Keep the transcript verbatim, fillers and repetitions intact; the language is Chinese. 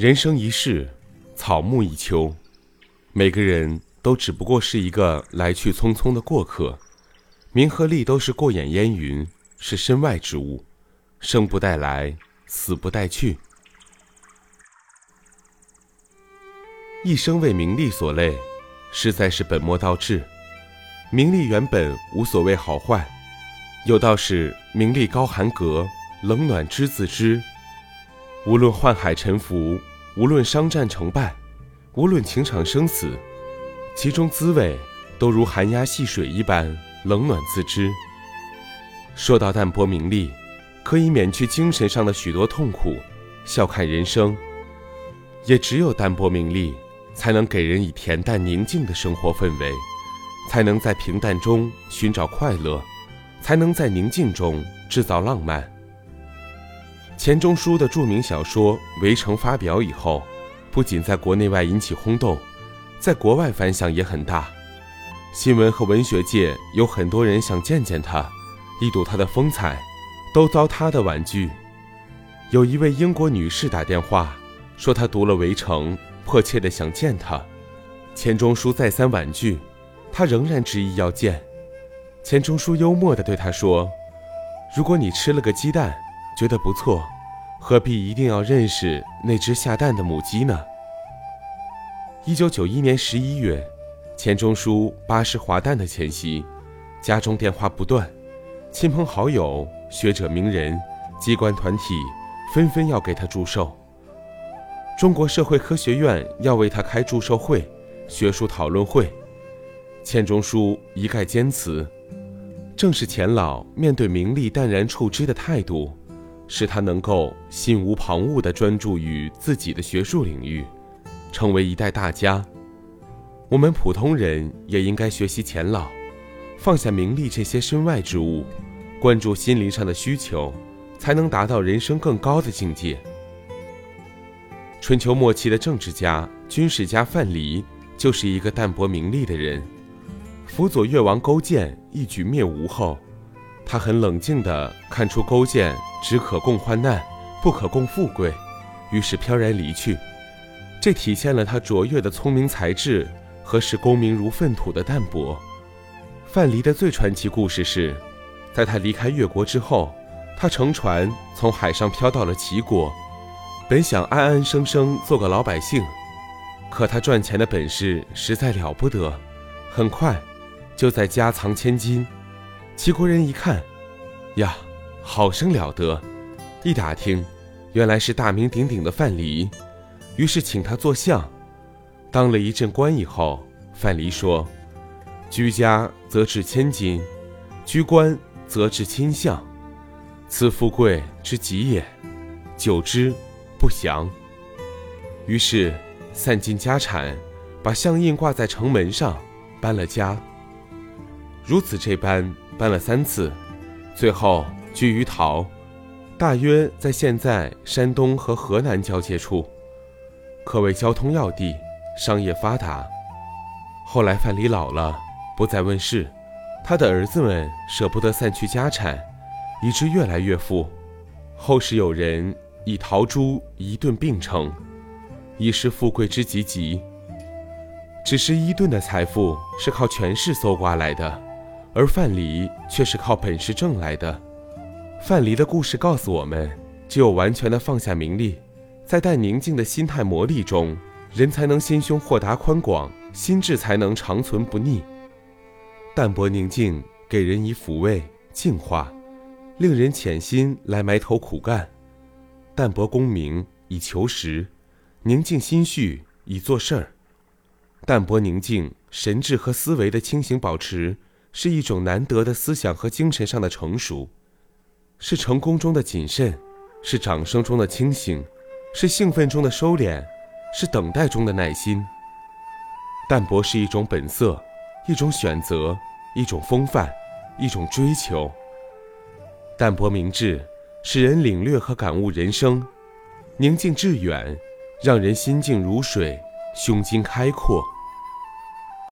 人生一世，草木一秋，每个人都只不过是一个来去匆匆的过客，名和利都是过眼烟云，是身外之物，生不带来，死不带去。一生为名利所累，实在是本末倒置。名利原本无所谓好坏，有道是名利高寒阁，冷暖知自知。无论宦海沉浮，无论商战成败，无论情场生死，其中滋味都如寒鸦戏水一般冷暖自知。说到淡泊名利，可以免去精神上的许多痛苦，笑看人生。也只有淡泊名利，才能给人以恬淡宁静的生活氛围，才能在平淡中寻找快乐，才能在宁静中制造浪漫。钱钟书的著名小说《围城》发表以后，不仅在国内外引起轰动，在国外反响也很大。新闻和文学界有很多人想见见他，一睹他的风采，都遭他的婉拒。有一位英国女士打电话说，她读了《围城》，迫切地想见他。钱钟书再三婉拒，他仍然执意要见。钱钟书幽默地对他说，如果你吃了个鸡蛋觉得不错，何必一定要认识那只下蛋的母鸡呢？一九九一年十一月，钱钟书巴士滑蛋的前夕，家中电话不断，亲朋好友、学者名人、机关团体纷纷要给他祝寿。中国社会科学院要为他开祝寿会、学术讨论会，钱钟书一概坚辞。正是钱老面对名利淡然处之的态度，使他能够心无旁骛地专注于自己的学术领域，成为一代大家。我们普通人也应该学习钱老，放下名利这些身外之物，关注心灵上的需求，才能达到人生更高的境界。春秋末期的政治家、军事家范蠡就是一个淡泊名利的人。辅佐越王勾践一举灭吴后，他很冷静地看出勾践只可共患难，不可共富贵，于是飘然离去。这体现了他卓越的聪明才智和视功名如粪土的淡泊。范蠡的最传奇故事是，在他离开越国之后，他乘船从海上飘到了齐国，本想安安生生做个老百姓，可他赚钱的本事实在了不得，很快就在家藏千金。齐国人一看，呀，好生了得，一打听，原来是大名鼎鼎的范蠡，于是请他做相。当了一阵官以后，范蠡说，居家则至千金，居官则至卿相，此富贵之极也，久之不祥。于是散尽家产，把相印挂在城门上，搬了家。如此这般搬了三次，最后居于陶，大约在现在山东和河南交界处，可谓交通要地，商业发达。后来范蠡老了，不再问世，他的儿子们舍不得散去家产，以致越来越富。后世有人以陶朱一顿并称，已是富贵之极极。只是伊顿的财富是靠权势搜刮来的，而范蠡却是靠本事挣来的。范蠡的故事告诉我们，只有完全的放下名利，在淡宁静的心态磨砺中，人才能心胸豁达宽广，心智才能长存不逆。淡泊宁静给人以抚慰、净化，令人潜心来埋头苦干。淡泊功名以求实，宁静心绪以做事儿。淡泊宁静，神智和思维的清醒保持，是一种难得的思想和精神上的成熟，是成功中的谨慎，是掌声中的清醒，是兴奋中的收敛，是等待中的耐心。淡泊是一种本色，一种选择，一种风范，一种追求。淡泊明志，使人领略和感悟人生；宁静致远，让人心静如水，胸襟开阔。